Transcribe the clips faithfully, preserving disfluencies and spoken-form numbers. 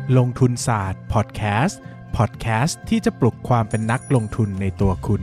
ลงทุนศาสตร์พอดแคสต์พอดแคสต์ที่จะปลุกความเป็นนักลงทุนในตัวคุณ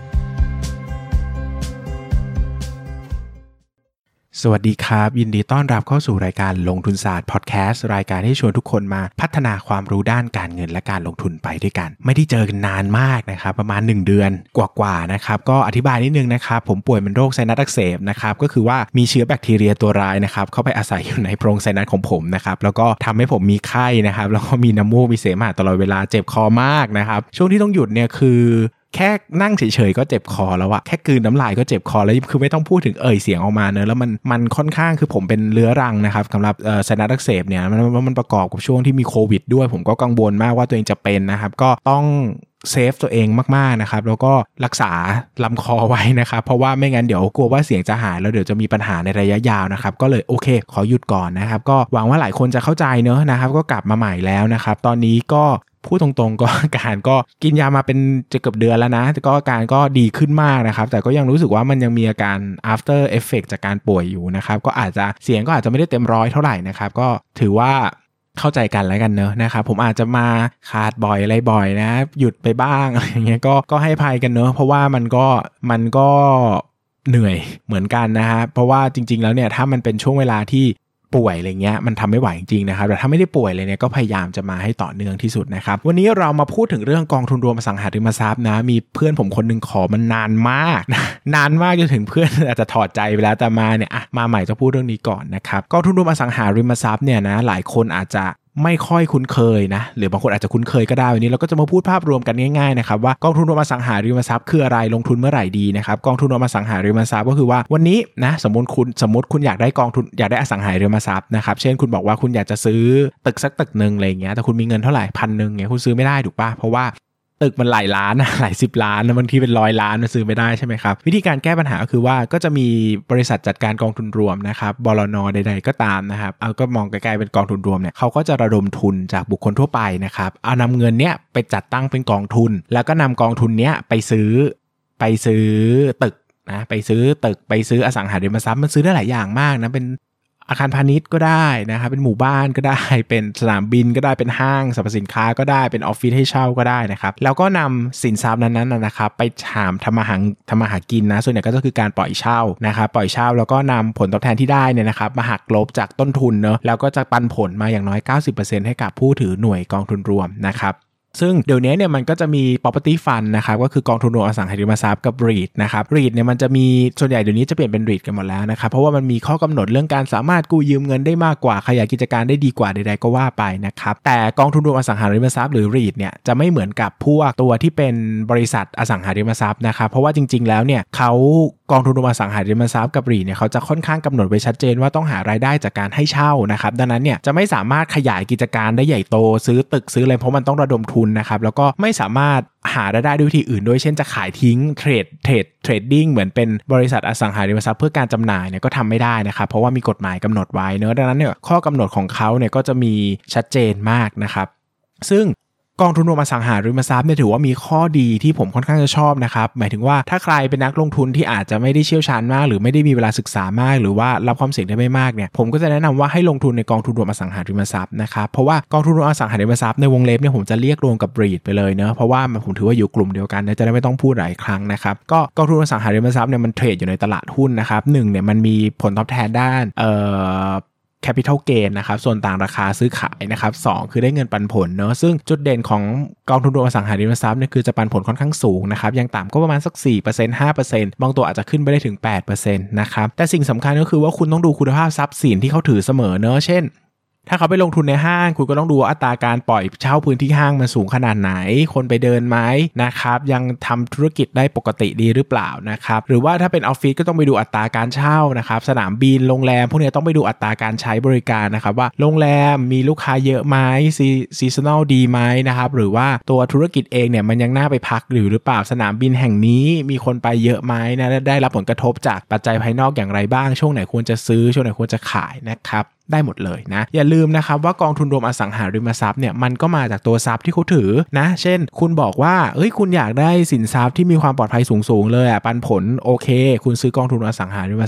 สวัสดีครับยินดีต้อนรับเข้าสู่รายการลงทุนศาสตร์พอดแคสต์รายการที่ชวนทุกคนมาพัฒนาความรู้ด้านการเงินและการลงทุนไปด้วยกันไม่ได้เจอกันนานมากนะครับประมาณหนึ่งเดือนกว่าๆนะครับก็อธิบายนิดนึงนะครับผมป่วยเป็นโรคไซนัสอักเสบนะครับก็คือว่ามีเชื้อแบคทีเรียตัวร้ายนะครับเข้าไปอาศัยอยู่ในโพรงไซนัสของผมนะครับแล้วก็ทำให้ผมมีไข้นะครับแล้วก็มีน้ำมูกมีเสมหะตลอดเวลาเจ็บคอมากนะครับช่วงที่ต้องหยุดเนี่ยคือแค่นั่งเฉยๆก็เจ็บคอแล้วอะแค่กลืนน้ำลายก็เจ็บคอแล้วคือไม่ต้องพูดถึงเอ่ยเสียงออกมาเนอะแล้วมันมันค่อนข้างคือผมเป็นเรื้อรังนะครับสำหรับเอ่อไซนัสอักเสบเนี่ยมันมันประกอบกับช่วงที่มีโควิดด้วยผมก็กังวลมากว่าตัวเองจะเป็นนะครับก็ต้องเซฟตัวเองมากๆนะครับแล้วก็รักษาลำคอไว้นะครับเพราะว่าไม่งั้นเดี๋ยวกลัวว่าเสียงจะหายแล้วเดี๋ยวจะมีปัญหาในระยะยาวนะครับก็เลยโอเคขอหยุดก่อนนะครับก็หวังว่าหลายคนจะเข้าใจเนอะนะครับก็กลับมาใหม่แล้วนะครับตอนนี้ก็พูดตรงๆก็การก็กินยามาเป็นจะเกือบเดือนแล้วนะก็อาการก็ดีขึ้นมากนะครับแต่ก็ยังรู้สึกว่ามันยังมีอาการ after effect จากการป่วยอยู่นะครับก็อาจจะเสียงก็อาจจะไม่ได้เต็มร้อยเท่าไหร่นะครับก็ถือว่าเข้าใจกันแล้วกันเนอะนะครับผมอาจจะมาขาดบ่อยอะไรบ่อยนะหยุดไปบ้างอะไรอย่างเงี้ยก็ก็ให้อภัยกันเนอะเพราะว่ามันก็มันก็เหนื่อยเหมือนกันนะฮะเพราะว่าจริงๆแล้วเนี่ยถ้ามันเป็นช่วงเวลาที่ป่วยอะไรเงี้ยมันทำไม่ไหวจริงๆนะครับแต่ถ้าไม่ได้ป่วยเลยเนี่ยก็พยายามจะมาให้ต่อเนื่องที่สุดนะครับวันนี้เรามาพูดถึงเรื่องกองทุนรวมอสังหาริมทรัพย์นะมีเพื่อนผมคนนึงขอมันนานมากนะนานมากจนถึงเพื่อนอาจจะถอดใจไปแล้วแต่มาเนี่ยอ่ะมาใหม่จะพูดเรื่องนี้ก่อนนะครับกองทุนรวมอสังหาริมทรัพย์เนี่ยนะหลายคนอาจจะไม่ค่อยคุ้นเคยนะหรือบางคนอาจจะคุ้นเคยก็ได้วันนี้เราก็จะมาพูดภาพรวมกันง่ายๆนะครับว่ากองทุนรวมอสังหาริมทรัพย์คืออะไรลงทุนเมื่อไหร่ดีนะครับกองทุนรวมอสังหาริมทรัพย์ก็คือว่าวันนี้นะสมมติคุณสมมติคุณอยากได้กองทุนอยากได้อสังหาริมทรัพย์นะครับเช่นคุณบอกว่าคุณอยากจะซื้อตึกสักตึกนึงอะไรอย่างเงี้ยแต่คุณมีเงินเท่าไหร่พันนึงเนี่ยคุณซื้อไม่ได้ถูกป่ะเพราะว่าตึกมันหลายล้านนะหลายสิบล้านนะบางทีเป็นร้อยล้านมันซื้อไม่ได้ใช่ไหมครับวิธีการแก้ปัญหาก็คือว่าก็จะมีบริษัทจัดการกองทุนรวมนะครับบลน.ใดๆก็ตามนะครับเอาก็มองไกลๆเป็นกองทุนรวมเนี่ยเขาก็จะระดมทุนจากบุคคลทั่วไปนะครับเอานำเงินเนี้ยไปจัดตั้งเป็นกองทุนแล้วก็นำกองทุนเนี้ยไปซื้อไปซื้อตึกนะไปซื้อตึกไปซื้ออสังหาริมทรัพย์มันซื้อได้หลายอย่างมากนะเป็นอาคารพาณิชย์ก็ได้นะครับเป็นหมู่บ้านก็ได้เป็นสนามบินก็ได้เป็นห้างสรรพสินค้าก็ได้เป็นออฟฟิศให้เช่าก็ได้นะครับแล้วก็นำสินทรัพย์นั้นๆนะครับไปถามทำมาหาทำมาหากินนะส่วนใหญ่ก็คือการปล่อยเช่านะครับปล่อยเช่าแล้วก็นำผลตอบแทนที่ได้เนี่ยนะครับมาหักลบจากต้นทุนเนอะแล้วก็จะปันผลมาอย่างน้อย เก้าสิบเปอร์เซ็นต์ ให้กับผู้ถือหน่วยกองทุนรวมนะครับซึ่งเดี๋ยวนี้เนี่ยมันก็จะมี property fund นะครับก็คือกองทุนรวมอสังหาริมทรัพย์กับ REIT นะครับ REIT เนี่ยมันจะมีส่วนใหญ่เดี๋ยวนี้จะเปลี่ยนเป็น REIT กันหมดแล้วนะครับเพราะว่ามันมีข้อกำหนดเรื่องการสามารถกู้ยืมเงินได้มากกว่าขยายกิจการได้ดีกว่าใดๆก็ว่าไปนะครับแต่กองทุนรวมอสังหาริมทรัพย์หรือ REIT เนี่ยจะไม่เหมือนกับพวกตัวที่เป็นบริษัทอสังหาริมทรัพย์นะครับเพราะว่าจริงๆแล้วเนี่ยเขากองทุนรวมอสังหาริมทรัพย์กับ REIT เนี่ยเขาจะค่อนข้างกำหนดไว้ชัดเจนว่าต้องหารายได้จากการให้เช่านะครับดังนั้นเนี่ยจะไม่สามารถขยายกิจการได้ใหญ่โตซื้อตึกซื้ออะไรเพราะมันต้องระดมทุนนะครับแล้วก็ไม่สามารถหารายได้ด้วยวิธีอื่นด้วยเช่นจะขายทิ้งเทรดเทรดเทรดดิ้งเหมือนเป็นบริษัทอสังหาริมทรัพย์เพื่อการจำหน่ายเนี่ยก็ทำไม่ได้นะครับเพราะว่ามีกฎหมายกำหนดไว้เนอะดังนั้นเนี่ยข้อกำหนดของเขาเนี่ยก็จะมีชัดเจนมากนะครับซึ่งกองทุนรวมอสังหาริมทรัพย์เนี่ยถือว่ามีข้อดีที่ผมค่อนข้างจะชอบนะครับหมายถึงว่าถ้าใครเป็นนักลงทุนที่อาจจะไม่ได้เชี่ยวชาญมากหรือไม่ได้มีเวลาศึกษามากหรือว่ารับความเสี่ยงได้ไม่มากเนี่ยผมก็จะแนะนำว่าให้ลงทุนในกองทุนรวมอสังหาริมทรัพย์นะครับเพราะว่ากองทุนรวมอสังหาริมทรัพย์ในวงเล็บเนี่ยผมจะเรียกรวมกับ REIT ไปเลยเนอะเพราะว่าผมถือว่าอยู่กลุ่มเดียวกันจะได้ไม่ต้องพูดหลายครั้งนะครับก็กองทุนรวมอสังหาริมทรัพย์เนี่ยมันเทรดอยู่ในตลาดหุ้นนะครับหนึ่งเนี่ยมันมีผลตอบแทนด้านเอ่อcapital gain นะครับส่วนต่างราคาซื้อขายนะครับสองคือได้เงินปันผลเนอะซึ่งจุดเด่นของกองทุนรวมอสังหาริมทรัพย์เนี่ยคือจะปันผลค่อนข้างสูงนะครับอย่างต่ำก็ประมาณสัก สี่เปอร์เซ็นต์ ห้าเปอร์เซ็นต์ บางตัวอาจจะขึ้นไปได้ถึง แปดเปอร์เซ็นต์ นะครับแต่สิ่งสำคัญก็คือว่าคุณต้องดูคุณภาพทรัพย์สินที่เขาถือเสมอเนอะเช่นถ้าเขาไปลงทุนในห้างคุณก็ต้องดูอัตราการปล่อยเช่าพื้นที่ห้างมันสูงขนาดไหนคนไปเดินไหมนะครับยังทำธุรกิจได้ปกติดีหรือเปล่านะครับหรือว่าถ้าเป็นออฟฟิศก็ต้องไปดูอัตราการเช่านะครับสนามบินโรงแรมพวกนี้ต้องไปดูอัตราการใช้บริการนะครับว่าโรงแรมมีลูกค้าเยอะไหมซีซันนอลดีไหมนะครับหรือว่าตัวธุรกิจเองเนี่ยมันยังน่าไปพักหรือหรือเปล่าสนามบินแห่งนี้มีคนไปเยอะไหมนะได้รับผลกระทบจากปัจจัยภายนอกอย่างไรบ้างช่วงไหนควรจะซื้อช่วงไหนควรจะขายนะครับได้หมดเลยนะอย่าลืมนะครับว่ากองทุนรวมอสังหาริมทรัพย์เนี่ยมันก็มาจากตัวทรัพย์ที่เขาถือนะเช่นคุณบอกว่าเอ้ยคุณอยากได้สินทรัพย์ที่มีความปลอดภัยสูงๆเลยอ่ะปันผลโอเคคุณซื้อกองทุนอสังหาริมทรัพย์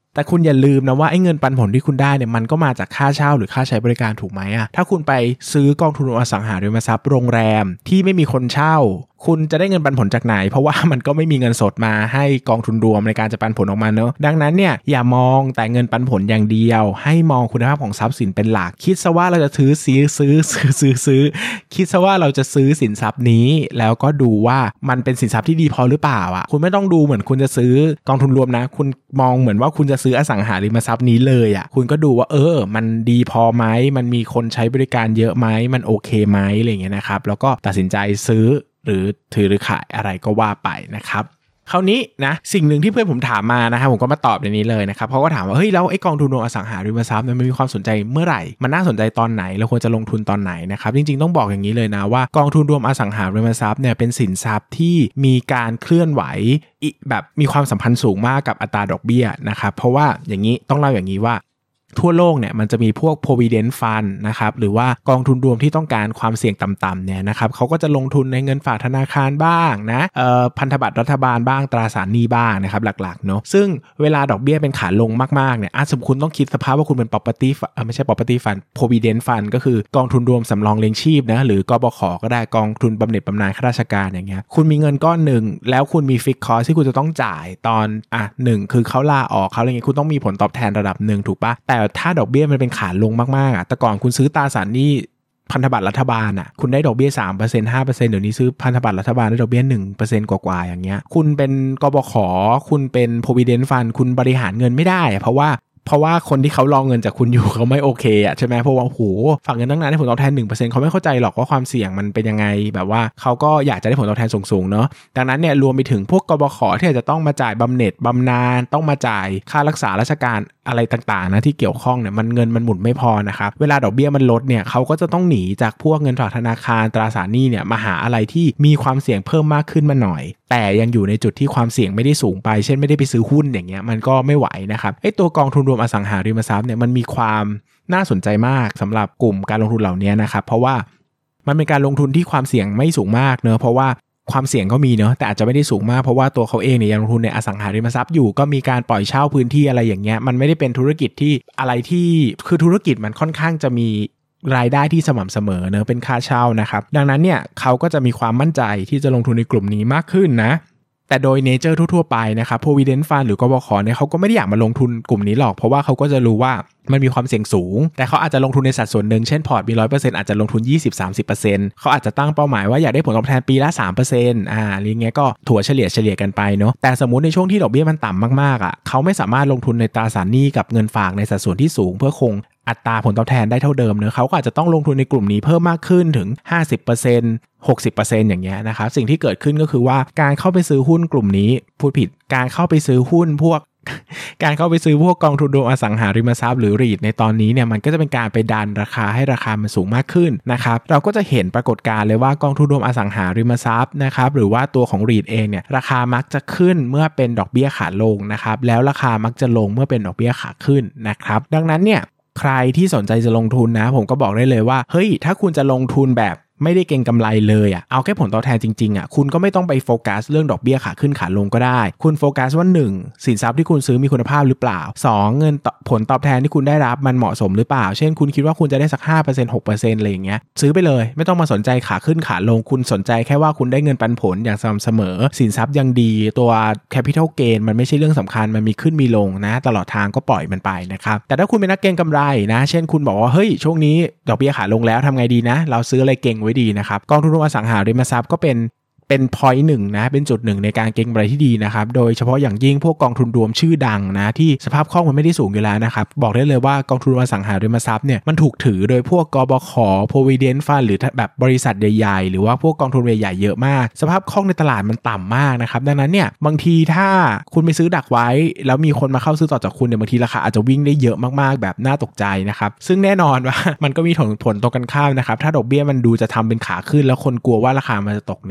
แต่คุณอย่าลืมนะว่าไอ้เงินปันผลที่คุณได้เนี่ยมันก็มาจากค่าเช่าหรือค่าใช้บริการถูกไหมอ่ะถ้าคุณไปซื้อกองทุนอสังหาริมทรัพย์โรงแรมที่ไม่มีคนเช่าคุณจะได้เงินปันผลจากไหนเพราะว่ามันก็ไม่มีเงินสดมาให้กองทุนรวมในการจะปันผลออกมาเนอะดังนั้นเนี่ยอย่ามองแต่เงินปันผลอย่างเดียวให้มองคุณภาพของทรัพย์สินเป็นหลักคิดซะว่าเราจะซื้อซื้อซื้อซื้อซื้อคิดซะว่าเราจะซื้อสินทรัพย์นี้แล้วก็ดูว่ามันเป็นสินทรัพย์ที่ดีพอหรือเปล่าอ่ะคุณไม่ต้องดูเหมือนคุณจะซื้อกองทุนรวมนะคุณมองเหมือนว่าคุณจะซื้ออสังหาริมทรัพย์นี้เลยอ่ะคุณก็ดูว่าเออมันดีพอไหมมันมีคนใช้บริการเยอะไหมมันโอเคไหมอะไรอย่างเงี้ยนะครับแล้วก็ตัดสินใจซื้อหรือถือหรือขายอะไรก็ว่าไปนะครับคราวนี้นะสิ่งหนึ่งที่เพื่อนผมถามมานะครับผมก็มาตอบในนี้เลยนะครับเขาก็ถามว่าเฮ้ยแล้วไอ้กองทุนรวมอสังหาริมทรัพย์มันมีความสนใจเมื่อไหร่มันน่าสนใจตอนไหนเราควรจะลงทุนตอนไหนนะครับจริงๆต้องบอกอย่างนี้เลยนะว่ากองทุนรวมอสังหาริมทรัพย์เนี่ยเป็นสินทรัพย์ที่มีการเคลื่อนไหวแบบมีความสัมพันธ์สูงมากกับอัตราดอกเบี้ยนะครับเพราะว่าอย่างนี้ต้องเล่าอย่างนี้ว่าทั่วโลกเนี่ยมันจะมีพวก provident fund นะครับหรือว่ากองทุนรวมที่ต้องการความเสี่ยงต่ำๆเนี่ยนะครับเขาก็จะลงทุนในเงินฝากธนาคารบ้างนะเอ่อพันธบัตรรัฐบาลบ้างตราสารหนี้บ้างนะครับหลักๆเนาะซึ่งเวลาดอกเบี้ยเป็นขาลงมากๆเนี่ยอาจสมคุณต้องคิดสภาพว่าคุณเป็น property เอ่อไม่ใช่ property fund provident fund ก็คือกองทุนรวมสำรองเลี้ยงชีพนะหรือกบข.ก็ได้กองทุนบำเหน็จบำนาญข้าราชการอย่างเงี้ยคุณมีเงินก้อนหนึ่งแล้วคุณมี fixed cost ที่คุณจะต้องจ่ายตอนอ่ะหนึ่งคือเขาลาออกเขาอะไรเงี้ยคุณต้องมีผลตอบแทนระดับหนึ่งถูกปะแต่ถ้าดอกเบี้ยมันเป็นขาลงมากๆอ่ะแต่ก่อนคุณซื้อตราสารหนี้พันธบัตรรัฐบาลอ่ะคุณได้ดอกเบี้ย สามเปอร์เซ็นต์ ห้าเปอร์เซ็นต์ เดี๋ยวนี้ซื้อพันธบัตรรัฐบาลได้ดอกเบี้ย หนึ่งเปอร์เซ็นต์ กว่าๆอย่างเงี้ยคุณเป็นกบข.คุณเป็น provident fund คุณบริหารเงินไม่ได้เพราะว่าเพราะว่าคนที่เขารอเงินจากคุณอยู่เขาไม่โอเคอ่ะใช่ไหมเพราะว่าโอ้โหฝากเงินตั้งนานได้ผลตอบแทน หนึ่งเปอร์เซ็นต์ เขาไม่เข้าใจหรอกว่าความเสี่ยงมันเป็นยังไงแบบว่าเขาก็อยากจะได้ผลตอบแทนสูงๆเนาะดังนั้นเนี่ยรวมไปถึงพวกกบข.ที่อาจจะต้องมาจ่ายบำเหน็จบำนาญต้องมาจ่ายค่ารักษาราชการอะไรต่างๆนะที่เกี่ยวข้องเนี่ยมันเงินมันหมุนไม่พอนะครับเวลาดอกเบี้ยมันลดเนี่ยเขาก็จะต้องหนีจากพวกเงินฝากธนาคารตราสารหนี้เนี่ยมาหาอะไรที่มีความเสี่ยงเพิ่มมากขึ้นมาหน่อยแต่ยังอยู่ในจุดที่ความเสี่ยงไม่ได้สูงไปเช่นไม่ได้ไปซื้อหุ้นอย่างเงี้ยมันก็ไม่ไหวนะครับไอ้ตัวกองทุนรวมอสังหาริมทรัพย์เนี่ยมันมีความน่าสนใจมากสำหรับกลุ่มการลงทุนเหล่านี้นะครับเพราะว่ามันเป็นการลงทุนที่ความเสี่ยงไม่สูงมากเนอะเพราะว่าความเสี่ยงก็มีเนอะแต่อาจจะไม่ได้สูงมากเพราะว่าตัวเขาเองเนี่ยยังลงทุนในอสังหาริมทรัพย์อยู่ก็มีการปล่อยเช่าพื้นที่อะไรอย่างเงี้ยมันไม่ได้เป็นธุรกิจที่อะไรที่คือธุรกิจมันค่อนข้างจะมีรายได้ที่สม่ำเสมอเนอะเป็นค่าเช่านะครับดังนั้นเนี่ยเขาก็จะมีความมั่นใจที่จะลงทุนในกลุ่มนี้มากขึ้นนะแต่โดยเนเจอร์ทั่วๆไปนะครับ provident fund หรือกบข.เนี่ยเขาก็ไม่ได้อยากมาลงทุนกลุ่มนี้หรอกเพราะว่าเขาก็จะรู้ว่ามันมีความเสี่ยงสูงแต่เขาอาจจะลงทุนในสัดส่วนหนึ่งเช่นพอร์ตมี หนึ่งร้อยเปอร์เซ็นต์ อาจจะลงทุน ยี่สิบถึงสามสิบเปอร์เซ็นต์ เขาอาจจะตั้งเป้าหมายว่าอยากได้ผลตอบแทนปีละ สามเปอร์เซ็นต์ อ่าอะไรเงี้ยก็ถั่วเฉลี่ยเฉลี่ยกันไปเนาะแต่สมมุติในช่วงที่ดอกเบี้ยมันต่ำมากๆอ่ะเขาไม่สามารถลงทุนในตราสารหนี้กับเงินฝากในสัดส่วนที่สูงเพื่อคงอัตราผลตอบแทนได้เท่าเดิมเนอะเขาก็อาจจะต้องลงทุนในกลุ่มนี้เพิ่มมากขึ้นถึง ห้าสิบเปอร์เซ็นต์ หกสิบเปอร์เซ็นต์ อย่างเงี้ยนะครับสิ่งที่เกิดขึ้นก็คือว่าการเข้าไปซื้อหุ้นกลุ่มนี้พูดผิดการเข้าไปซื้อหุ้นพวกการเข้าไปซื้อพวกกองทุนรวมอสังหาริมทรัพย์หรือ รีท ในตอนนี้เนี่ยมันก็จะเป็นการไปดันราคาให้ราคามันสูงมากขึ้นนะครับเราก็จะเห็นปรากฏการณ์เลยว่ากองทุนรวมอสังหาริมทรัพย์นะครับหรือว่าตัวของ รีท เองเนี่ยราคามักจะขึ้นเมื่อเป็นดอกเบี้ยขาลงนะครับแล้วราคามักจะลงเมื่อเป็นดอกเบี้ยขาขึ้นนะครับดังนั้นเนี่ยใครที่สนใจจะลงทุนนะผมก็บอกได้เลยว่าเฮ้ยถ้าคุณจะลงทุนแบบไม่ได้เก็งกำไรเลยอ่ะเอาแค่ผลตอบแทนจริงๆอ่ะคุณก็ไม่ต้องไปโฟกัสเรื่องดอกเบี้ยขาขึ้นขาลงก็ได้คุณโฟกัสว่าหนึ่งสินทรัพย์ที่คุณซื้อมีคุณภาพหรือเปล่าสองเงินผลตอบแทนที่คุณได้รับมันเหมาะสมหรือเปล่าเช่นคุณคิดว่าคุณจะได้สัก ห้าเปอร์เซ็นต์ หกเปอร์เซ็นต์ อะไรอย่างเงี้ยซื้อไปเลยไม่ต้องมาสนใจขาขึ้นขาลงคุณสนใจแค่ว่าคุณได้เงินปันผลอย่างสม่ำเสมอสินทรัพย์ยังดีตัว capital gain มันไม่ใช่เรื่องสำคัญมันมีขึ้นมีลงนะตลอดทางก็ปล่อยมันไปนะครับแต่ถ้าคุณเป็นนักเก็งกำไรนะเช่นคุณบอกว่าเฮ้ยช่วงนี้ดอกเบี้ยขาลงแล้วทำไงดีนะเราซื้ออะไรเก็งไว้ดีนะครับกองทุนรวมอสังหาริมทรัพย์ก็เป็นเป็น point หนึ่งนะเป็นจุดหนึ่งในการเก็งกำไรที่ดีนะครับโดยเฉพาะอย่างยิ่งพวกกองทุนรวมชื่อดังนะที่สภาพคล่องมันไม่ได้สูงอยู่แล้วนะครับบอกได้เลยว่ากองทุนรวมอสังหาริมทรัพย์เนี่ยมันถูกถือโดยพวกกบข. provident fund หรือแบบบริษัทใหญ่ๆหรือว่าพวกกองทุนใหญ่ๆเยอะมากสภาพคล่องในตลาดมันต่ำมากนะครับดังนั้นเนี่ยบางทีถ้าคุณไปซื้อดักไว้แล้วมีคนมาเข้าซื้อต่อจากคุณเนี่ยบางทีราคาอาจจะวิ่งได้เยอะมากๆแบบน่าตกใจนะครับซึ่งแน่นอนว่ามันก็มีผลผลตรงกันข้ามนะครับถ้าดอกเบี้ยมันดูจะทำเป็นขาขึ้นแล้วคนกลัวว่าราคามันจะตกเนี่ยเขาก็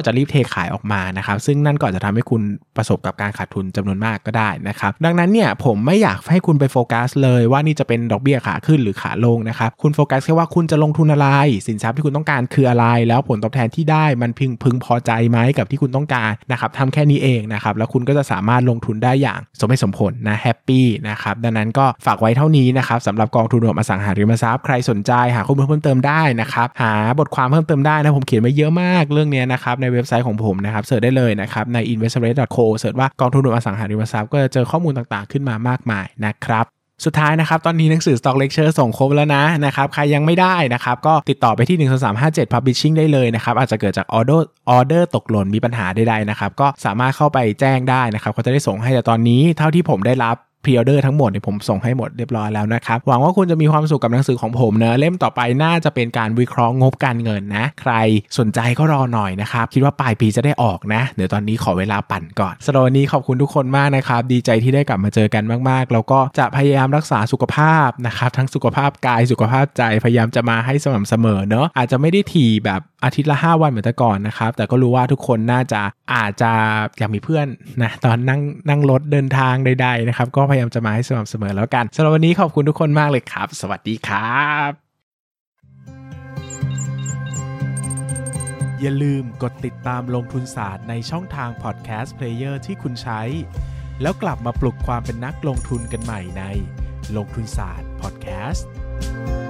อาจจะรีบเทขายออกมานะครับซึ่งนั่นก็อาจจะทำให้คุณประสบกับการขาดทุนจำนวนมากก็ได้นะครับดังนั้นเนี่ยผมไม่อยากให้คุณไปโฟกัสเลยว่านี่จะเป็นดอกเบี้ยขาขึ้นหรือขาลงนะครับคุณโฟกัสแค่ว่าคุณจะลงทุนอะไรสินทรัพย์ที่คุณต้องการคืออะไรแล้วผลตอบแทนที่ได้มันพึงพึงพอใจไหมกับที่คุณต้องการนะครับทำแค่นี้เองนะครับแล้วคุณก็จะสามารถลงทุนได้อย่างสมเหตุสมผลนะแฮปปี้นะครับดังนั้นก็ฝากไว้เท่านี้นะครับสำหรับกองทุนรวมอสังหาริมทรัพย์ใครสนใจหาข้อมูลเพิ่มเติมได้นะครับหาบทความเพิ่มเติมได้นะผมเขียนไว้เยอะมากเรื่องนี้นะครับในเว็บไซต์ของผมนะครับเสิร์ชได้เลยนะครับใน อินเวสต์เรท ดอท โค เสิร์ชว่ากองทุนรวมอสังหาริมทรัพย์ก็จะเจอข้อมูลต่างๆขึ้นมามากมายนะครับสุดท้ายนะครับตอนนี้หนังสือ Stock Lecture ส่งครบแล้วนะนะครับใครยังไม่ได้นะครับก็ติดต่อไปที่หนึ่ง สอง สาม ห้า เจ็ด Publishing ได้เลยนะครับอาจจะเกิดจากออเดอร์ออเดอร์ตกหล่นมีปัญหาใดๆนะครับก็สามารถเข้าไปแจ้งได้นะครับเขาจะได้ส่งให้แต่ตอนนี้เท่าที่ผมได้รับพรีออเดอร์ทั้งหมดเนี่ยผมส่งให้หมดเรียบร้อยแล้วนะครับหวังว่าคุณจะมีความสุขกับหนังสือของผมนะเล่มต่อไปน่าจะเป็นการวิเคราะห์งบการเงินนะใครสนใจก็รอหน่อยนะครับคิดว่าปลายปีจะได้ออกนะเดี๋ยวตอนนี้ขอเวลาปั่นก่อนสำหรับวันนี้ขอบคุณทุกคนมากนะครับดีใจที่ได้กลับมาเจอกันมากๆแล้วก็จะพยายามรักษาสุขภาพนะครับทั้งสุขภาพกายสุขภาพใจพยายามจะมาให้สม่ำเสมอเนอะอาจจะไม่ได้ถี่แบบอาทิตย์ละห้าวันเหมือนแต่ก่อนนะครับแต่ก็รู้ว่าทุกคนน่าจะอาจจะอยากมีเพื่อนนะตอนนั่งนั่งรถเดินทางใดๆนะครับก็พยายามจะมาให้สม่ำเสมอแล้วกันสำหรับวันนี้ขอบคุณทุกคนมากเลยครับสวัสดีครับอย่าลืมกดติดตามลงทุนศาสตร์ในช่องทางพอดแคสต์เพลเยอร์ที่คุณใช้แล้วกลับมาปลุกความเป็นนักลงทุนกันใหม่ในลงทุนศาสตร์พอดแคสต์